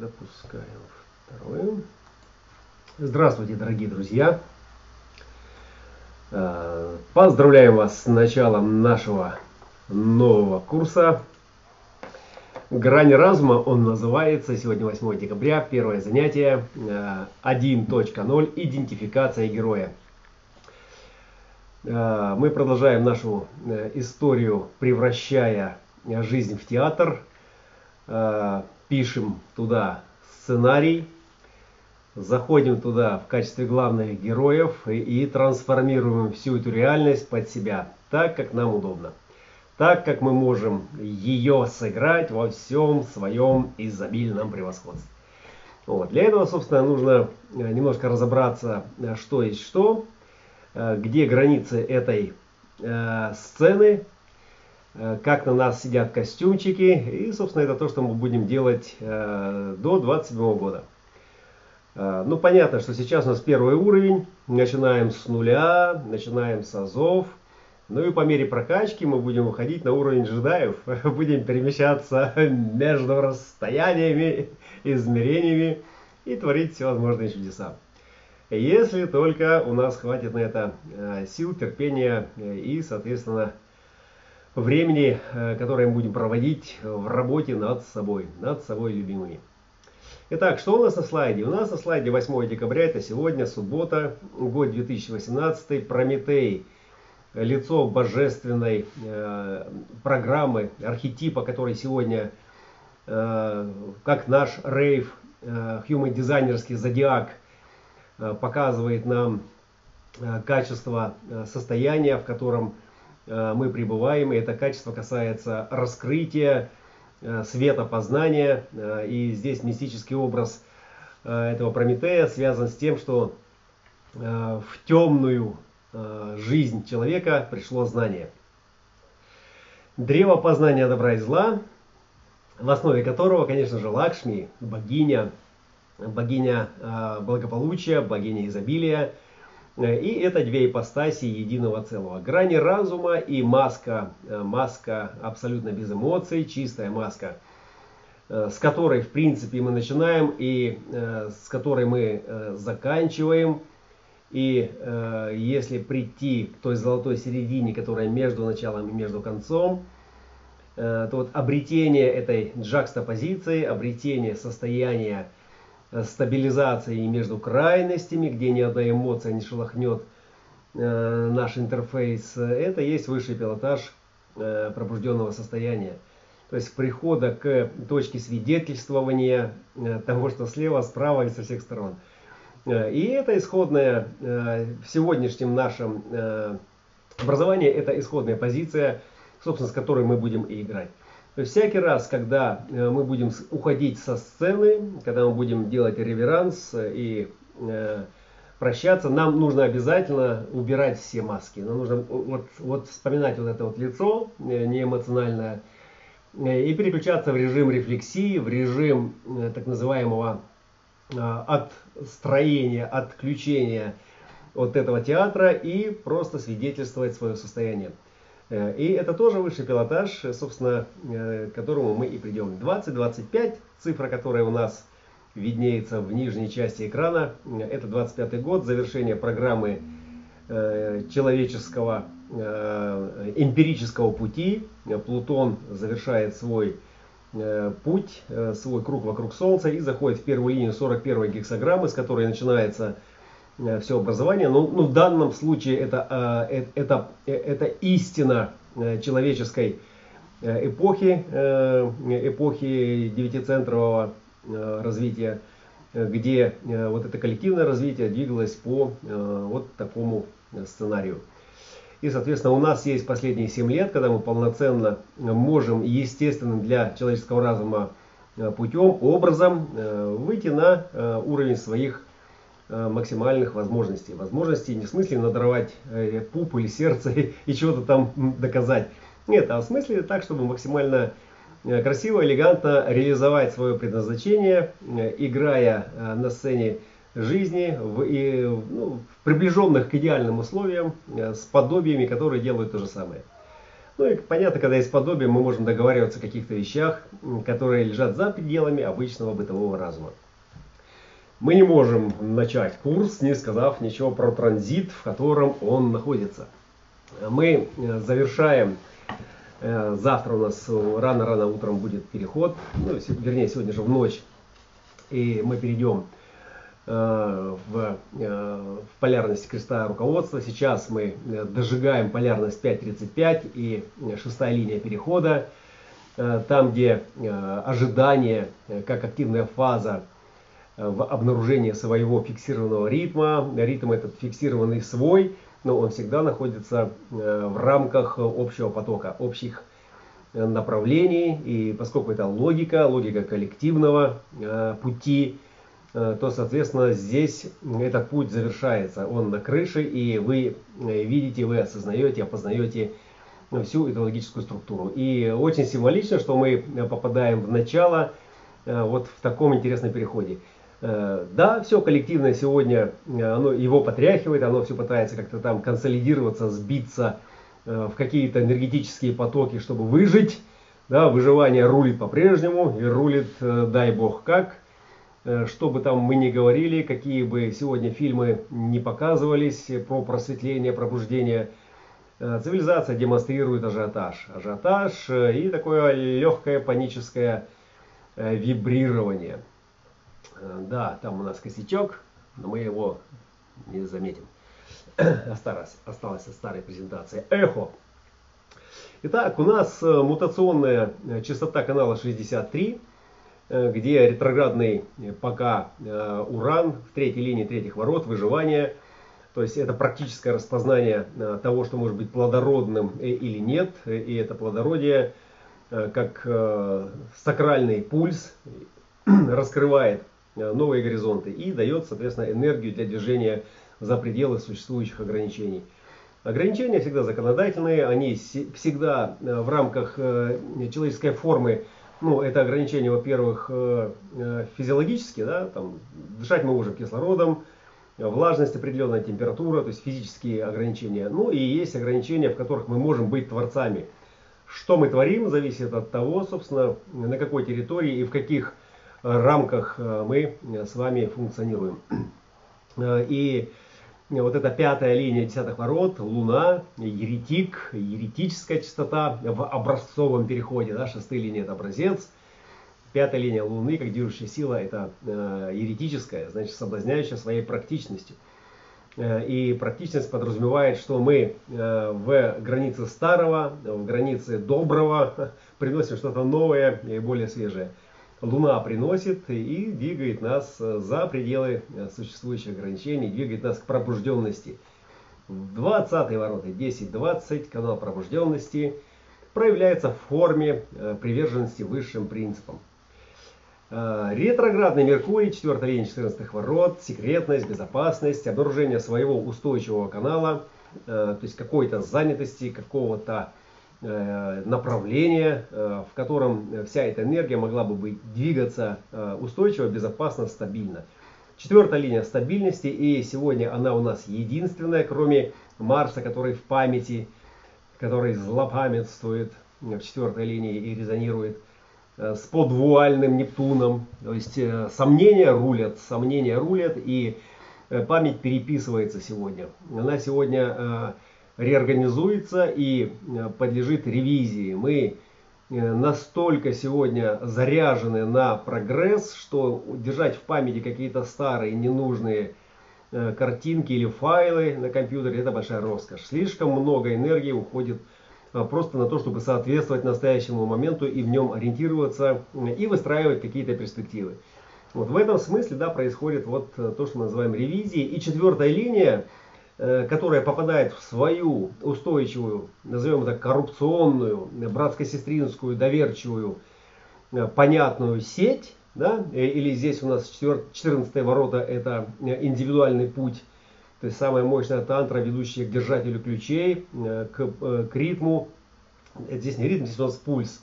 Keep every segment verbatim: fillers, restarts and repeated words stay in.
Запускаем второе. Здравствуйте, дорогие друзья! Поздравляем вас с началом нашего нового курса «Грань разума». Он называется, сегодня восьмое декабря, первое занятие один точка ноль «Идентификация героя». Мы продолжаем нашу историю, превращая жизнь в театр. Пишем туда сценарий, заходим туда в качестве главных героев и, и трансформируем всю эту реальность под себя, так как нам удобно, так как мы можем ее сыграть во всем своем изобильном превосходстве. Вот. Для этого, собственно, нужно немножко разобраться, что есть что, где границы этой э, сцены, как на нас сидят костюмчики, и, собственно, это то, что мы будем делать э, до двадцать седьмого года. Э, ну, понятно, что сейчас у нас первый уровень, начинаем с нуля, начинаем с азов, ну и по мере прокачки мы будем выходить на уровень джедаев, будем перемещаться между расстояниями, измерениями и творить всевозможные чудеса. Если только у нас хватит на это э, сил, терпения и, соответственно, времени, которое мы будем проводить в работе над собой, над собой любимыми. Итак, что у нас на слайде? У нас на слайде восьмое декабря, это сегодня, суббота, год две тысячи восемнадцатый, Прометей, лицо божественной э, программы, архетипа, который сегодня, э, как наш рейв, э, human дизайнерский зодиак, э, показывает нам э, качество э, состояния, в котором мы пребываем, и это качество касается раскрытия, света познания. И здесь мистический образ этого Прометея связан с тем, что в темную жизнь человека пришло знание. Древо познания добра и зла, в основе которого, конечно же, Лакшми, богиня, богиня благополучия, богиня изобилия. И это две ипостаси единого целого. Грани разума и маска, маска абсолютно без эмоций, чистая маска, с которой, в принципе, мы начинаем и с которой мы заканчиваем. И если прийти к той золотой середине, которая между началом и между концом, то вот обретение этой джакстапозиции, обретение состояния стабилизации между крайностями, где ни одна эмоция не шелохнет э, наш интерфейс, это есть высший пилотаж э, пробужденного состояния. То есть прихода к точке свидетельствования э, того, что слева, справа и со всех сторон. Э, и это исходная э, в сегодняшнем нашем э, образовании, это исходная позиция, собственно, с которой мы будем и играть. То есть всякий раз, когда мы будем уходить со сцены, когда мы будем делать реверанс и э, прощаться, нам нужно обязательно убирать все маски. Нам нужно вот, вот вспоминать вот это вот лицо неэмоциональное и переключаться в режим рефлексии, в режим э, так называемого э, отстроения, отключения от этого театра и просто свидетельствовать свое состояние. И это тоже высший пилотаж, собственно, к которому мы и придем. двадцать двадцать пять, цифра, которая у нас виднеется в нижней части экрана, это двадцать пятый год, завершение программы человеческого эмпирического пути. Плутон завершает свой путь, свой круг вокруг Солнца и заходит в первую линию сорок первой гексаграммы, с которой начинается все образование. Но ну, в данном случае это, это, это истина человеческой эпохи, эпохи девятицентрового развития, где вот это коллективное развитие двигалось по вот такому сценарию. И, соответственно, у нас есть последние семь лет, когда мы полноценно можем естественным для человеческого разума путем, образом выйти на уровень своих максимальных возможностей. Возможностей не в смысле надорвать э, пуп или сердце и, и чего-то там доказать. Нет, а в смысле так, чтобы максимально э, красиво, элегантно реализовать свое предназначение, э, играя э, на сцене жизни в, и, ну, в приближенных к идеальным условиям, э, с подобиями, которые делают то же самое. Ну и понятно, когда есть подобие, мы можем договариваться о каких-то вещах, которые лежат за пределами обычного бытового разума. Мы не можем начать курс, не сказав ничего про транзит, в котором он находится. Мы завершаем, завтра у нас рано-рано утром будет переход, ну, вернее сегодня же в ночь, и мы перейдем в, в полярность креста руководства. Сейчас мы дожигаем полярность пять тридцать пять и шестая линия перехода, там где ожидание как активная фаза в обнаружении своего фиксированного ритма. Ритм этот фиксированный свой, но он всегда находится в рамках общего потока, общих направлений. И поскольку это логика, логика коллективного пути, то, соответственно, здесь этот путь завершается. Он на крыше, и вы видите, вы осознаете, опознаете всю эту логическую структуру. И очень символично, что мы попадаем в начало вот в таком интересном переходе. Да, все коллективное сегодня, оно его потряхивает, оно все пытается как-то там консолидироваться, сбиться в какие-то энергетические потоки, чтобы выжить. Да, выживание рулит по-прежнему, и рулит, дай бог как. Что бы там мы ни говорили, какие бы сегодня фильмы не показывались про просветление, пробуждение, цивилизация демонстрирует ажиотаж. Ажиотаж и такое легкое паническое вибрирование. Да, там у нас косячок, но мы его не заметим. Осталось, осталось от старой презентации. Эхо. Итак, у нас мутационная частота канала шестьдесят три, где ретроградный пока Уран в третьей линии третьих ворот, выживание. То есть это практическое распознание того, что может быть плодородным или нет. И это плодородие, как сакральный пульс, раскрывает новые горизонты и дает, соответственно, энергию для движения за пределы существующих ограничений. Ограничения всегда законодательные, они всегда в рамках человеческой формы. Ну, это ограничения, во-первых, физиологические, да, там, дышать мы можем кислородом, влажность, определенная температура, то есть физические ограничения. Ну и есть ограничения, в которых мы можем быть творцами. Что мы творим, зависит от того, собственно, на какой территории и в каких рамках мы с вами функционируем. И вот эта пятая линия десятых ворот, Луна, еретик, еретическая частота в образцовом переходе. Да, шестая линия это образец. Пятая линия Луны, как движущая сила, это еретическая, значит соблазняющая своей практичностью. И практичность подразумевает, что мы в границе старого, в границе доброго приносим что-то новое и более свежее. Луна приносит и двигает нас за пределы существующих ограничений, двигает нас к пробужденности. двадцатые ворота, десять двадцать, канал пробужденности, проявляется в форме приверженности высшим принципам. Ретроградный Меркурий, четвертая линия четырнадцатых ворот, секретность, безопасность, обнаружение своего устойчивого канала, то есть какой-то занятости, какого-то направление, в котором вся эта энергия могла бы быть, двигаться устойчиво, безопасно, стабильно. Четвертая линия стабильности, и сегодня она у нас единственная, кроме Марса, который в памяти, который злопамятствует в четвертой линии и резонирует с подвуальным Нептуном. То есть сомнения рулят, сомнения рулят, и память переписывается сегодня. Она сегодня реорганизуется и подлежит ревизии. Мы настолько сегодня заряжены на прогресс, что держать в памяти какие-то старые ненужные картинки или файлы на компьютере — это большая роскошь. Слишком много энергии уходит просто на то, чтобы соответствовать настоящему моменту и в нем ориентироваться и выстраивать какие-то перспективы. Вот в этом смысле, да, происходит вот то, что мы называем ревизией. И четвертая линия, которая попадает в свою устойчивую, назовем это коррупционную, братско-сестринскую, доверчивую, понятную сеть, да, или здесь у нас четырнадцатые ворота — это индивидуальный путь, то есть самая мощная тантра, ведущая к держателю ключей, к, к ритму, здесь не ритм, здесь у нас пульс,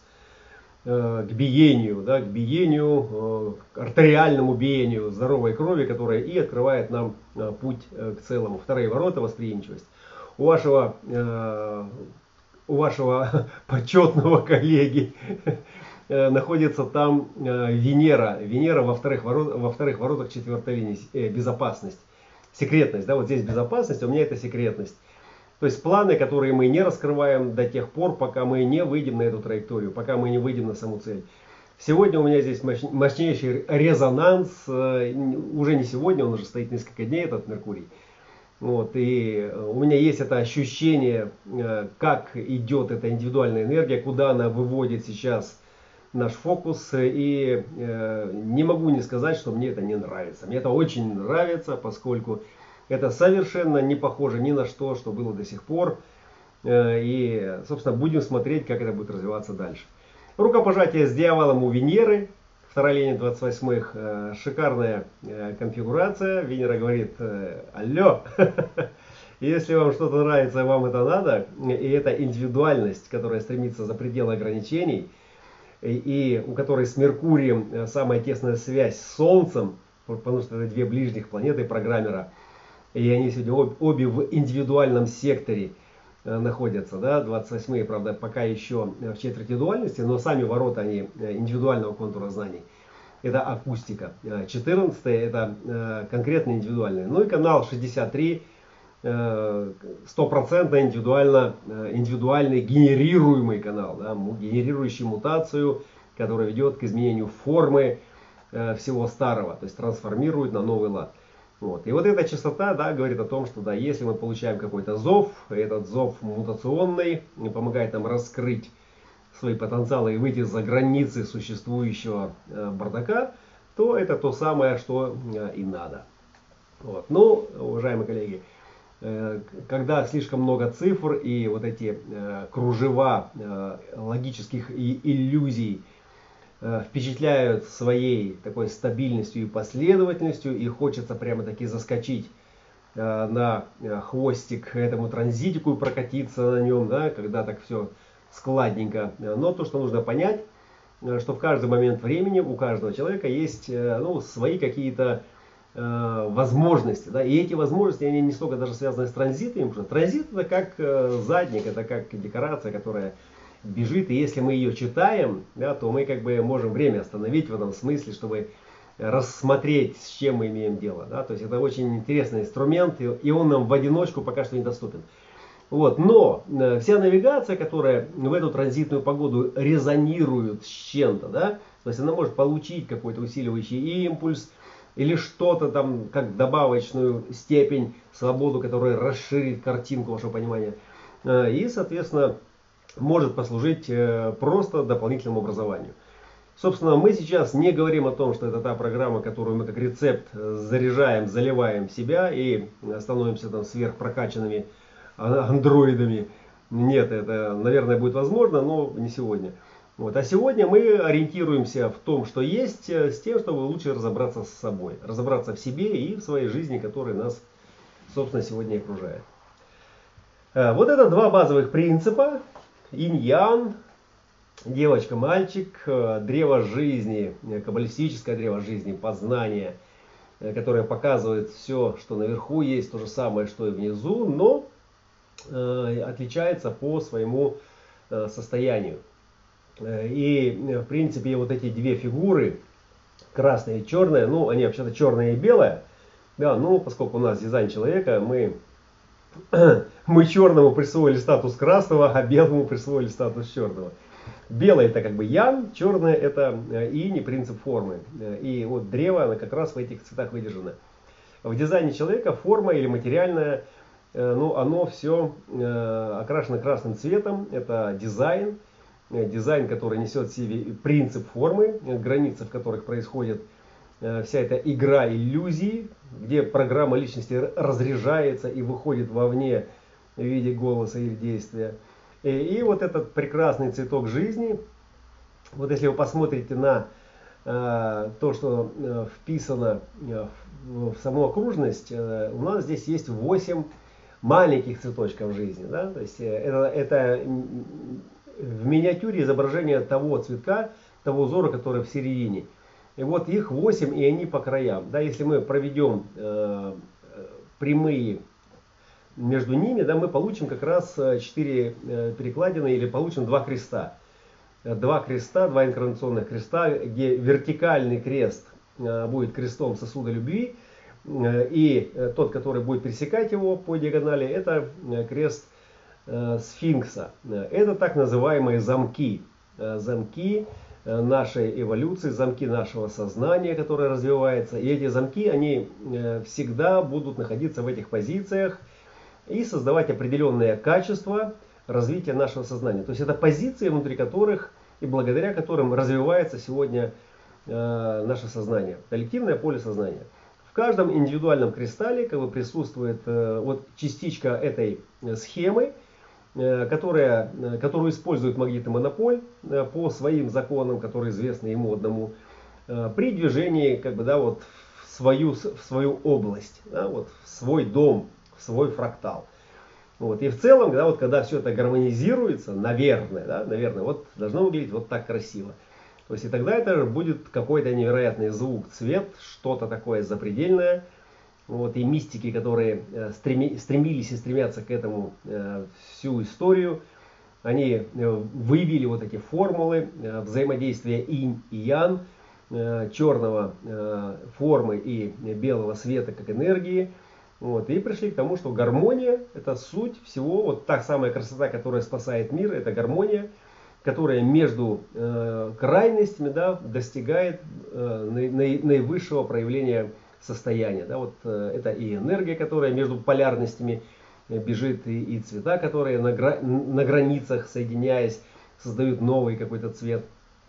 к биению, да, к биению, к артериальному биению здоровой крови, которая и открывает нам путь к целому. Вторые ворота — восприимчивость. У вашего у вашего почетного коллеги находится там Венера. Венера во вторых, ворот, во вторых воротах четвертой линии. Безопасность. Секретность. Да, вот здесь безопасность, а у меня это секретность. То есть планы, которые мы не раскрываем до тех пор, пока мы не выйдем на эту траекторию, пока мы не выйдем на саму цель. Сегодня у меня здесь мощнейший резонанс. Уже не сегодня, он уже стоит несколько дней, этот Меркурий. Вот, и у меня есть это ощущение, как идет эта индивидуальная энергия, куда она выводит сейчас наш фокус. И э, не могу не сказать, что мне это не нравится. Мне это очень нравится, поскольку это совершенно не похоже ни на что, что было до сих пор. Э, и, собственно, будем смотреть, как это будет развиваться дальше. Рукопожатие с дьяволом у Венеры. Вторая линия двадцать восьмых. Э, шикарная э, конфигурация. Венера говорит: э, алло, если вам что-то нравится, вам это надо. И это индивидуальность, которая стремится за пределы ограничений. И у которой с Меркурием самая тесная связь с Солнцем, потому что это две ближних планеты программера, и они сегодня обе в индивидуальном секторе находятся, да, двадцать восьмые, правда, пока еще в четверти дуальности, но сами ворота, они индивидуального контура знаний. Это акустика. четырнадцатые это конкретно индивидуальные. Ну и канал шестьдесят три, стопроцентно индивидуально, индивидуальный генерируемый канал, да, генерирующий мутацию, которая ведет к изменению формы всего старого, то есть трансформирует на новый лад. Вот. И вот эта частота, да, говорит о том, что да, если мы получаем какой-то зов, этот зов мутационный, помогает нам раскрыть свои потенциалы и выйти за границы существующего бардака, то это то самое, что и надо. Вот. Ну, уважаемые коллеги, когда слишком много цифр и вот эти э, кружева э, логических и иллюзий э, впечатляют своей такой стабильностью и последовательностью, и хочется прямо таки заскочить э, на хвостик этому транзитику и прокатиться на нем, да, когда так все складненько. Но то, что нужно понять, что в каждый момент времени у каждого человека есть э, ну, свои какие-то возможности, да, и эти возможности, они не столько даже связаны с транзитом, потому что транзит это как задник, это как декорация, которая бежит, и если мы ее читаем, да, то мы как бы можем время остановить в этом смысле, чтобы рассмотреть, с чем мы имеем дело, да, то есть это очень интересный инструмент, и он нам в одиночку пока что недоступен. Вот, но вся навигация, которая в эту транзитную погоду резонирует с чем-то, да, то есть она может получить какой-то усиливающий импульс, или что-то там, как добавочную степень, свободу, которая расширит картинку вашего понимания. И, соответственно, может послужить просто дополнительному образованию. Собственно, мы сейчас не говорим о том, что это та программа, которую мы как рецепт заряжаем, заливаем в себя и становимся там сверхпрокачанными андроидами. Нет, это, наверное, будет возможно, но не сегодня. Вот. А сегодня мы ориентируемся в том, что есть, с тем, чтобы лучше разобраться с собой. Разобраться в себе и в своей жизни, которая нас, собственно, сегодня окружает. Вот это два базовых принципа. Инь-ян, девочка-мальчик, древо жизни, каббалистическое древо жизни, познание, которое показывает все, что наверху есть, то же самое, что и внизу, но отличается по своему состоянию. И, в принципе, вот эти две фигуры, красная и черная, ну, они вообще-то черная и белая. Да, ну, поскольку у нас дизайн человека, мы, мы черному присвоили статус красного, а белому присвоили статус черного. Белое это как бы ян, черное это инь, принцип формы. И вот древо, оно как раз в этих цветах выдержано. В дизайне человека форма или материальная, ну, оно все окрашено красным цветом, это дизайн. Дизайн, который несет в себе принцип формы, границы, в которых происходит вся эта игра иллюзий, где программа личности разряжается и выходит вовне в виде голоса или действия. И, и вот этот прекрасный цветок жизни, вот если вы посмотрите на э, то, что э, вписано э, в, в саму окружность, э, у нас здесь есть восемь маленьких цветочков жизни. Да? То есть э, это, это в миниатюре изображение того цветка, того узора, который в середине. И вот их восемь, и они по краям. Да, если мы проведем э, прямые между ними, да, мы получим как раз четыре перекладины или получим два креста. Два креста, два инкарнационных креста, где вертикальный крест будет крестом сосуда любви, и тот, который будет пересекать его по диагонали, это крест сфинкса. Это так называемые замки. Замки нашей эволюции, замки нашего сознания, которое развивается. И эти замки, они всегда будут находиться в этих позициях и создавать определенные качества развития нашего сознания. То есть это позиции, внутри которых и благодаря которым развивается сегодня наше сознание, коллективное поле сознания. В каждом индивидуальном кристалле как бы присутствует вот частичка этой схемы, которая, которую использует магнитный монополь по своим законам, которые известны ему одному, при движении как бы, да, вот в, свою, в свою область, да, вот в свой дом, в свой фрактал. Вот. И в целом, да, вот, когда все это гармонизируется, наверное, да, наверное, вот должно выглядеть вот так красиво. То есть и тогда это будет какой-то невероятный звук, цвет, что-то такое запредельное. Вот, и мистики, которые стреми, стремились и стремятся к этому э, всю историю, они выявили вот эти формулы э, взаимодействия инь и ян, э, черного э, формы и белого света как энергии. Вот, и пришли к тому, что гармония – это суть всего, вот та самая красота, которая спасает мир, это гармония, которая между э, крайностями, да, достигает э, наи, наивысшего проявления состояния. Да, вот, э, это и энергия, которая между полярностями бежит, и, и цвета, которые на, гра, на границах, соединяясь, создают новый какой-то цвет.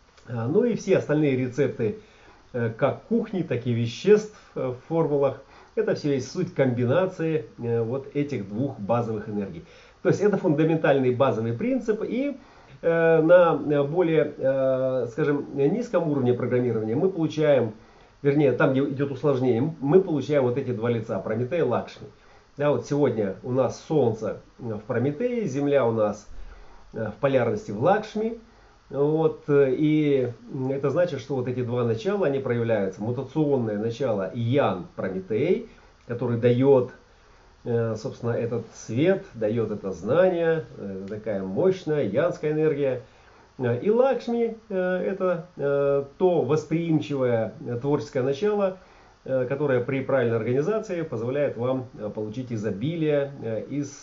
А, ну и все остальные рецепты, э, как кухни, так и веществ э, в формулах. Это все есть суть комбинации э, вот этих двух базовых энергий. То есть это фундаментальный базовый принцип, и э, на более, э, скажем, низком уровне программирования мы получаем, вернее, там, где идет усложнение, мы получаем вот эти два лица, Прометей и Лакшми. Да, вот сегодня у нас Солнце в Прометее, Земля у нас в полярности в Лакшми. Вот, и это значит, что вот эти два начала, они проявляются. Мутационное начало Ян Прометей, который дает, собственно, этот свет, дает это знание, такая мощная янская энергия. И Лакшми – это то восприимчивое творческое начало, которое при правильной организации позволяет вам получить изобилие из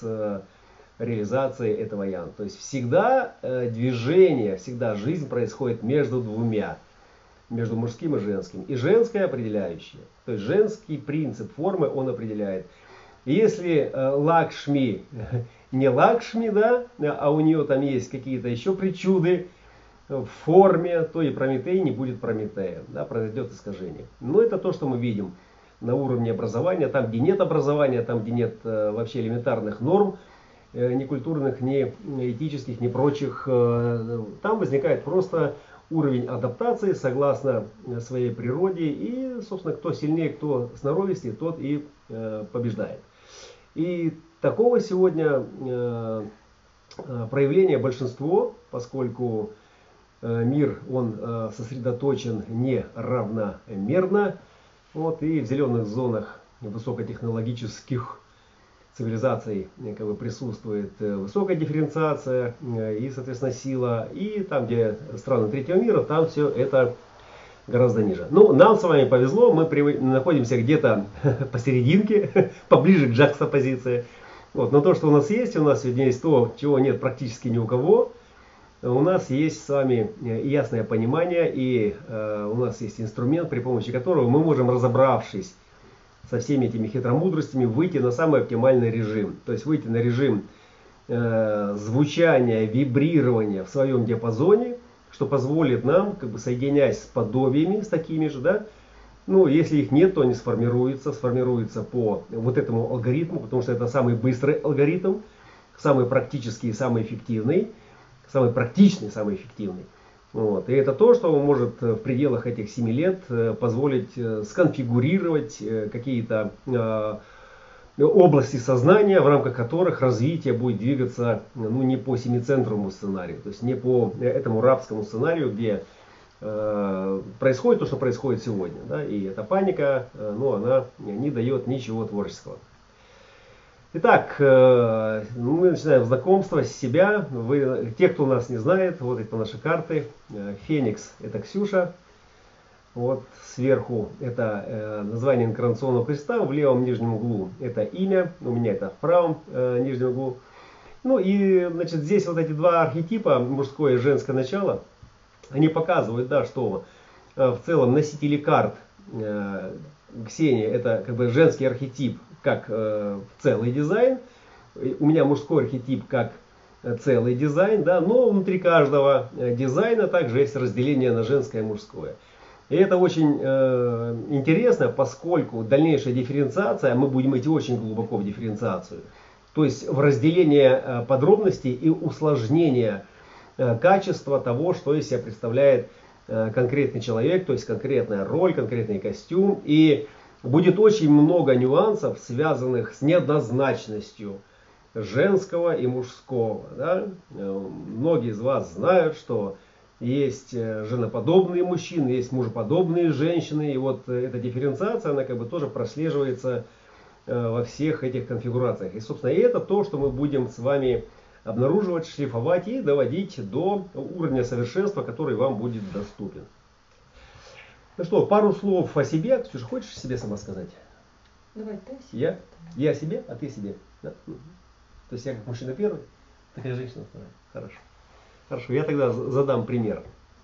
реализации этого ян. То есть всегда э, движение, всегда жизнь происходит между двумя, между мужским и женским. И женское определяющее. То есть женский принцип формы он определяет. И если э, Лакшми не Лакшми, да, а у нее там есть какие-то еще причуды в форме, то и Прометей не будет Прометеем, да, произойдет искажение. Но это то, что мы видим на уровне образования, там, где нет образования, там, где нет э, вообще элементарных норм, ни культурных, ни этических, ни прочих. Там возникает просто уровень адаптации согласно своей природе. И, собственно, кто сильнее, кто сноровистее, тот и побеждает. И такого сегодня проявления большинство, поскольку мир, он сосредоточен неравномерно. Вот, и в зеленых зонах высокотехнологических цивилизаций как бы присутствует высокая дифференциация и, соответственно, сила. И там, где страны третьего мира, там все это гораздо ниже. Ну, нам с вами повезло, мы при... находимся где-то посерединке, поближе к джакстопозиции. Вот. Но то, что у нас есть, у нас сегодня есть то, чего нет практически ни у кого. У нас есть с вами ясное понимание, и э, у нас есть инструмент, при помощи которого мы можем, разобравшись со всеми этими хитромудростями, выйти на самый оптимальный режим. То есть выйти на режим э, звучания, вибрирования в своем диапазоне, что позволит нам, как бы соединяясь с подобиями, с такими же, да, ну, если их нет, то они сформируются, сформируются по вот этому алгоритму, потому что это самый быстрый алгоритм, самый практический, самый эффективный, самый практичный, самый эффективный. Вот. И это то, что может в пределах этих семи лет позволить сконфигурировать какие-то э, области сознания, в рамках которых развитие будет двигаться, ну, не по семицентровому сценарию, то есть не по этому рабскому сценарию, где э, происходит то, что происходит сегодня. Да? И эта паника, э, ну, она не дает ничего творческого. Итак, мы начинаем знакомство с себя. Вы, те, кто нас не знает, вот это наши карты. Феникс – это Ксюша. Вот сверху это название инкарнационного креста, в левом нижнем углу это имя, у меня это в правом нижнем углу. Ну и, значит, здесь вот эти два архетипа, мужское и женское начало, они показывают, да, что в целом носители карт Ксения это как бы женский архетип, как э, целый дизайн. У меня мужской архетип как целый дизайн, да, но внутри каждого дизайна также есть разделение на женское и мужское. И это очень э, интересно, поскольку дальнейшая дифференциация, мы будем идти очень глубоко в дифференциацию. То есть в разделение э, подробностей и усложнение э, качества того, что из себя представляет э, конкретный человек, то есть конкретная роль, конкретный костюм. И будет очень много нюансов, связанных с неоднозначностью женского и мужского. Да? Многие из вас знают, что есть женоподобные мужчины, есть мужеподобные женщины. И вот эта дифференциация, она как бы тоже прослеживается во всех этих конфигурациях. И, собственно, и это то, что мы будем с вами обнаруживать, шлифовать и доводить до уровня совершенства, который вам будет доступен. Ну что, пару слов о себе. Ксюша, хочешь о себе сама сказать? Давай, ты о себе. Я? Я о себе, а ты себе. Да? Угу. То есть я как мужчина первый, такая женщина вторая. Хорошо. Хорошо, я тогда задам пример.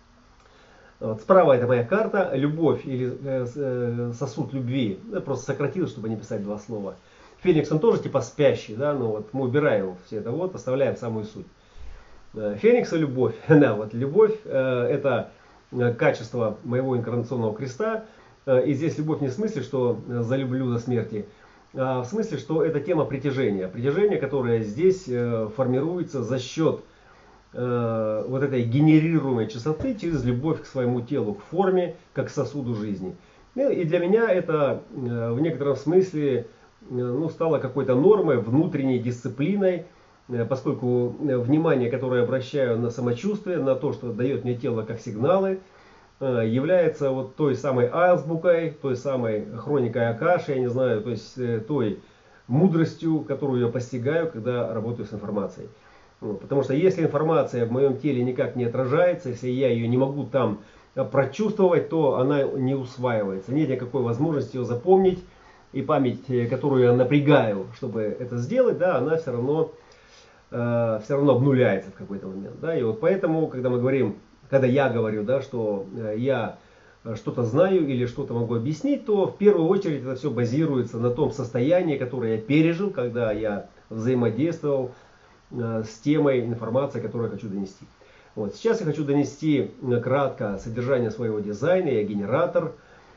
Вот, справа это моя карта. Любовь или э, сосуд любви. Я просто сократил, чтобы не писать два слова. Феникс, он тоже типа спящий, да, но вот мы убираем все это вот, оставляем самую суть. Феникс и любовь. Да, вот любовь э, это качество моего инкарнационного креста. И здесь любовь не в смысле, что залюблю до смерти, а в смысле, что это тема притяжения. Притяжение, которое здесь формируется за счет вот этой генерируемой частоты через любовь к своему телу, к форме, как к сосуду жизни. И для меня это в некотором смысле ну, стало какой-то нормой, внутренней дисциплиной, поскольку внимание, которое я обращаю на самочувствие, на то, что дает мне тело как сигналы, является вот той самой азбукой, той самой хроникой Акаши, я не знаю, то есть той мудростью, которую я постигаю, когда работаю с информацией. Вот, потому что если информация в моем теле никак не отражается, если я ее не могу там прочувствовать, то она не усваивается. Нет никакой возможности ее запомнить, и память, которую я напрягаю, чтобы это сделать, да, она все равно все равно обнуляется в какой-то момент. Да? И вот поэтому, когда мы говорим, когда я говорю, да, что я что-то знаю или что-то могу объяснить, то в первую очередь это все базируется на том состоянии, которое я пережил, когда я взаимодействовал с темой информации, которую я хочу донести. Вот. Сейчас я хочу донести кратко содержание своего дизайна. Я генератор.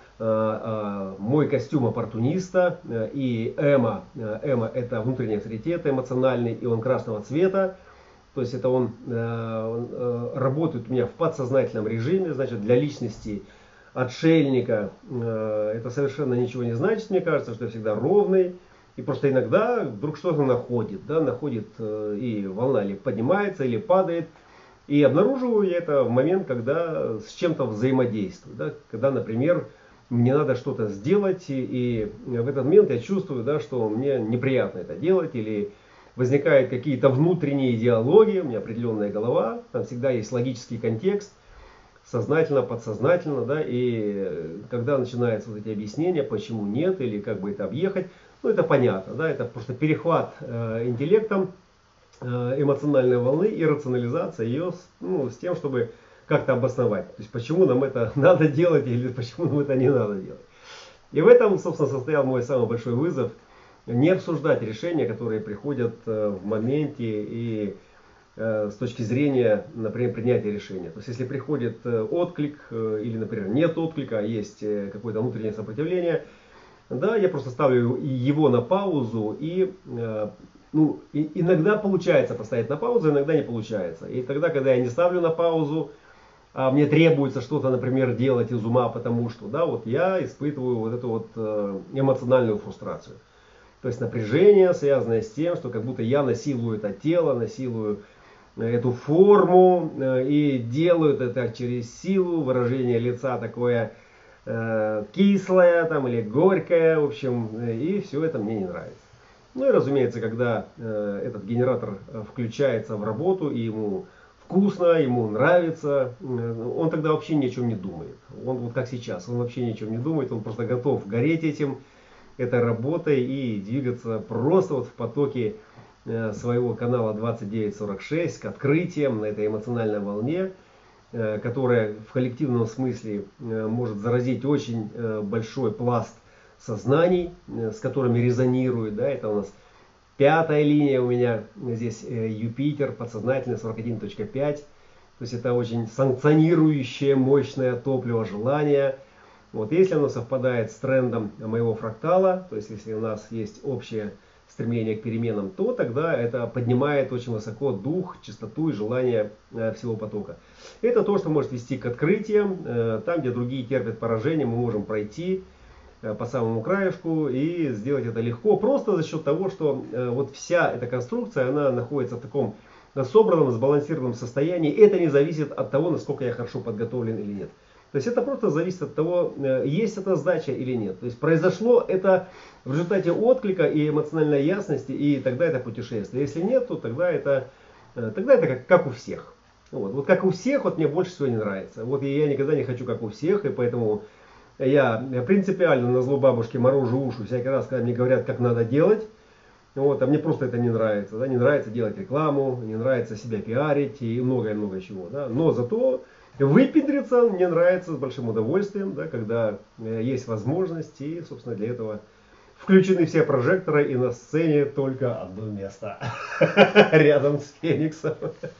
Мой костюм оппортуниста и эмо. Эмо это внутренний авторитет эмоциональный, и он красного цвета. То есть это он, он работает у меня в подсознательном режиме. Значит, для личности отшельника это совершенно ничего не значит. Мне кажется, что я всегда ровный. И просто иногда вдруг что-то находит. Да, находит и волна или поднимается, или падает. И обнаруживаю я это в момент, когда с чем-то взаимодействую. Да, когда, например, мне надо что-то сделать, и, и в этот момент я чувствую, да, что мне неприятно это делать, или возникают какие-то внутренние диалоги, у меня определенная голова, там всегда есть логический контекст, сознательно, подсознательно, да, и когда начинаются вот эти объяснения, почему нет, или как бы это объехать, ну это понятно, да, это просто перехват э, интеллектом э, эмоциональной волны и рационализация ее с, ну, с тем, чтобы как-то обосновать. То есть, почему нам это надо делать или почему нам это не надо делать. И в этом, собственно, состоял мой самый большой вызов. Не обсуждать решения, которые приходят в моменте и э, с точки зрения, например, принятия решения. То есть, если приходит отклик или, например, нет отклика, а есть какое-то внутреннее сопротивление, да, я просто ставлю его на паузу и... Э, ну, и, иногда получается поставить на паузу, иногда не получается. И тогда, когда я не ставлю на паузу, а мне требуется что-то, например, делать из ума, потому что, да, вот я испытываю вот эту вот эмоциональную фрустрацию. То есть напряжение, связанное с тем, что как будто я насилую это тело, насилую эту форму и делаю это через силу, выражение лица такое э, кислое там, или горькое, в общем, и все это мне не нравится. Ну и разумеется, когда э, этот генератор включается в работу и ему вкусно, ему нравится, э, он тогда вообще ни о чем не думает. Он вот как сейчас, он вообще ни о чем не думает, он просто готов гореть этим, этой работой и двигаться просто вот в потоке э, своего канала двадцать девять сорок шесть к открытиям на этой эмоциональной волне, э, которая в коллективном смысле э, может заразить очень э, большой пласт сознаний, э, с которыми резонирует. Да, это у нас пятая линия у меня, здесь э, Юпитер, подсознательный сорок один точка пять. То есть это очень санкционирующее мощное топливо желания. Вот, если оно совпадает с трендом моего фрактала, то есть если у нас есть общее стремление к переменам, то тогда это поднимает очень высоко дух, частоту и желание э, всего потока. Это то, что может вести к открытиям. Э, там, где другие терпят поражение, мы можем пройти э, по самому краешку и сделать это легко, просто за счет того, что э, вот вся эта конструкция, она находится в таком собранном, сбалансированном состоянии. Это не зависит от того, насколько я хорошо подготовлен или нет. То есть это просто зависит от того, есть эта сдача или нет. То есть произошло это в результате отклика и эмоциональной ясности, и тогда это путешествие. Если нет, то тогда это, тогда это как, как у всех. Вот. Вот как у всех, вот мне больше всего не нравится. Вот я никогда не хочу как у всех, и поэтому я принципиально на зло бабушки морожу уши всякий раз, когда мне говорят, как надо делать. Вот, а мне просто это не нравится. Да? Не нравится делать рекламу, не нравится себя пиарить и многое-многое чего. Да? Но зато выпендриться мне нравится с большим удовольствием, да, когда э, есть возможность, и, собственно, для этого включены все прожекторы, и на сцене только одно место рядом с Фениксом.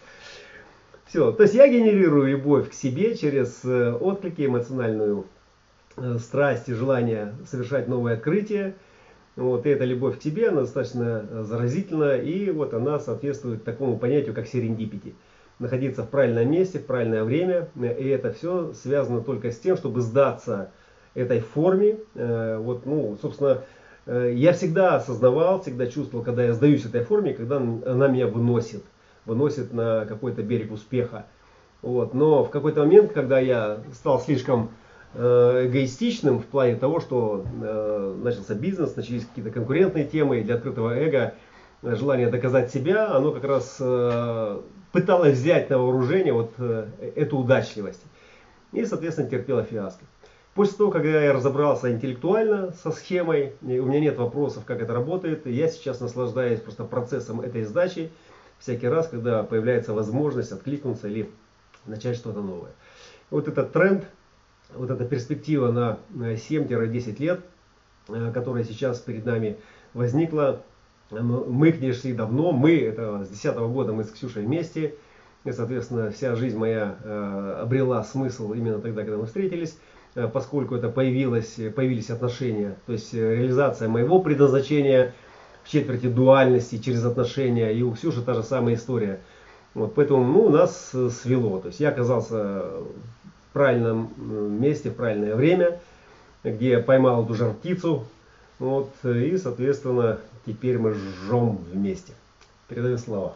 Все, то есть я генерирую любовь к себе через э, отклики, эмоциональную э, страсть и желание совершать новые открытия. Вот, и эта любовь к себе, она достаточно заразительна, и вот она соответствует такому понятию, как серендипити. Находиться в правильном месте, в правильное время, и это все связано только с тем, чтобы сдаться этой форме. Вот, ну, собственно, я всегда осознавал, всегда чувствовал, когда я сдаюсь этой форме, когда она меня выносит, выносит на какой-то берег успеха. Вот, но в какой-то момент, когда я стал слишком эгоистичным в плане того, что э, начался бизнес, начались какие-то конкурентные темы, и для открытого эго желание доказать себя, оно как раз э, пыталось взять на вооружение вот э, эту удачливость. И, соответственно, терпело фиаско. После того, когда я разобрался интеллектуально со схемой, и у меня нет вопросов, как это работает, я сейчас наслаждаюсь просто процессом этой сдачи всякий раз, когда появляется возможность откликнуться или начать что-то новое. Вот этот тренд, вот эта перспектива на семь-десять лет, которая сейчас перед нами возникла, мы к ней шли давно, мы, это с две тысячи десятого года мы с Ксюшей вместе, и, соответственно, вся жизнь моя обрела смысл именно тогда, когда мы встретились, поскольку это появилось, появились отношения, то есть реализация моего предназначения в четверти дуальности через отношения, и у Ксюши та же самая история. Вот, поэтому ну, нас свело, то есть я оказался в правильном месте, в правильное время, где я поймал эту жар-птицу, вот, и, соответственно, теперь мы жжем вместе. Передаю слово.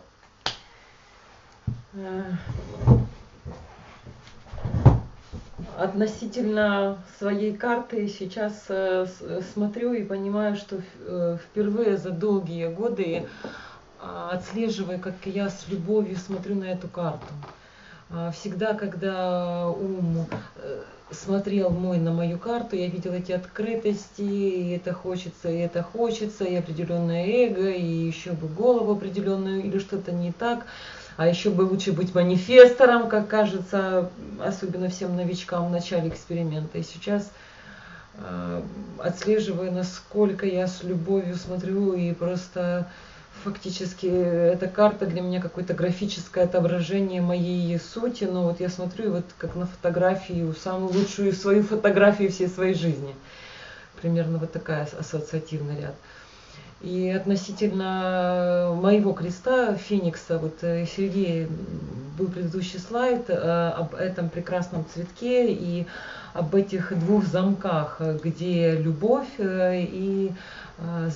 Относительно своей карты сейчас э, смотрю и понимаю, что э, впервые за долгие годы э, отслеживаю, как я с любовью смотрю на эту карту. Э, всегда, когда ум э, смотрел мой на мою карту, я видела эти открытости, и это хочется, и это хочется, и определенное эго, и еще бы голову определенную, или что-то не так. А еще бы лучше быть манифестором, как кажется, особенно всем новичкам в начале эксперимента. И сейчас э, отслеживаю, насколько я с любовью смотрю, и просто фактически эта карта для меня какое-то графическое отображение моей сути. Но вот я смотрю, вот как на фотографию, самую лучшую свою фотографию всей своей жизни. Примерно вот такая ассоциативный ряд. И относительно моего креста, Феникса, вот Сергей, был предыдущий слайд э, об этом прекрасном цветке и об этих двух замках, где любовь э, и э,